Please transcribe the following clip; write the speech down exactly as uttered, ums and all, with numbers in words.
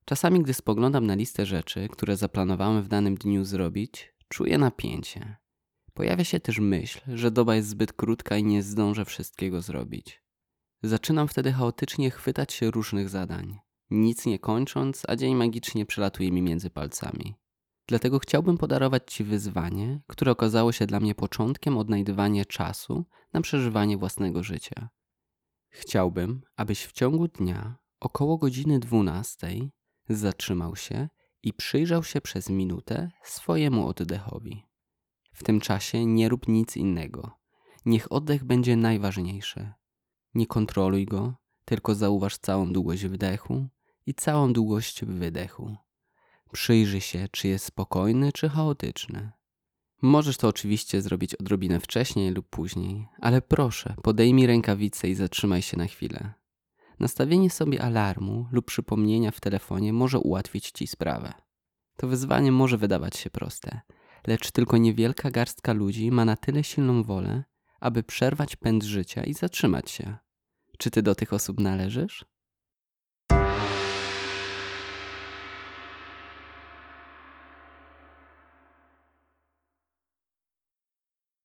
Czasami, gdy spoglądam na listę rzeczy, które zaplanowałem w danym dniu zrobić, czuję napięcie. Pojawia się też myśl, że doba jest zbyt krótka i nie zdążę wszystkiego zrobić. Zaczynam wtedy chaotycznie chwytać się różnych zadań, nic nie kończąc, a dzień magicznie przelatuje mi między palcami. Dlatego chciałbym podarować Ci wyzwanie, które okazało się dla mnie początkiem odnajdywania czasu na przeżywanie własnego życia. Chciałbym, abyś w ciągu dnia, około godziny dwunastej, zatrzymał się i przyjrzał się przez minutę swojemu oddechowi. W tym czasie nie rób nic innego. Niech oddech będzie najważniejszy. Nie kontroluj go, tylko zauważ całą długość wdechu i całą długość wydechu. Przyjrzyj się, czy jest spokojny, czy chaotyczny. Możesz to oczywiście zrobić odrobinę wcześniej lub później, ale proszę, podejmij rękawice i zatrzymaj się na chwilę. Nastawienie sobie alarmu lub przypomnienia w telefonie może ułatwić Ci sprawę. To wyzwanie może wydawać się proste, lecz tylko niewielka garstka ludzi ma na tyle silną wolę, aby przerwać pęd życia i zatrzymać się. Czy Ty do tych osób należysz?